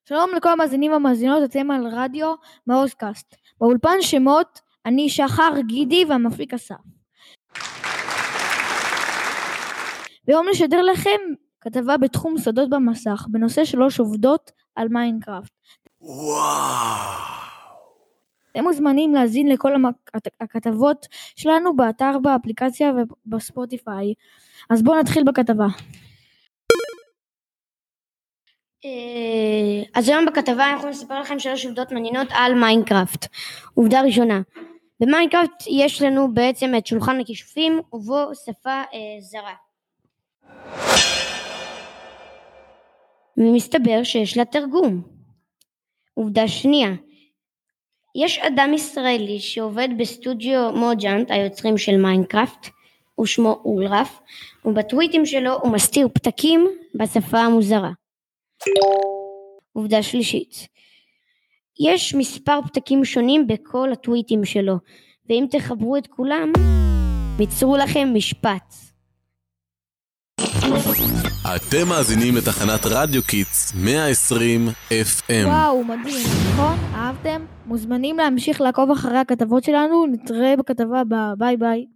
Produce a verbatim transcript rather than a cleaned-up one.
שלום לכל המאזינים והמאזינות, אתם על רדיו מעוזקאסט. באולפן שמות, אני שחר גידי והמפיק אסף. והיום נשדר לכם כתבה בתחום סודות במסך, בנושא שלוש עובדות על מיינקראפט. וואו! אתם מוזמנים להזין לכל הכתבות שלנו באתר, באפליקציה ובספוטיפיי. אז בואו נתחיל בכתבה. אז היום בכתבה אנחנו נספר לכם שלוש עובדות מעניינות על מיינקראפט. עובדה ראשונה, במיינקראפט יש לנו בעצם את שולחן הכישופים ובו שפה אה, זרה, ומסתבר שיש לה תרגום. עובדה שנייה, יש אדם ישראלי שעובד בסטודיו מוג'אנט, היוצרים של מיינקראפט, ושמו אולרף, ובטוויטים שלו הוא מסתיר פתקים בשפה המוזרה. עובדה שלישית, יש מספר פתקים שונים בכל הטוויטים שלו, ואם תחברו את כולם, ייצרו לכם משפט. אתם מאזינים לתחנת רדיו קיטס מאה ועשרים אף אם. וואו, מדהים, נכון? אהבתם? מוזמנים להמשיך לעקוב אחרי הכתבות שלנו, נתראה בכתבה הבאה, ביי ביי.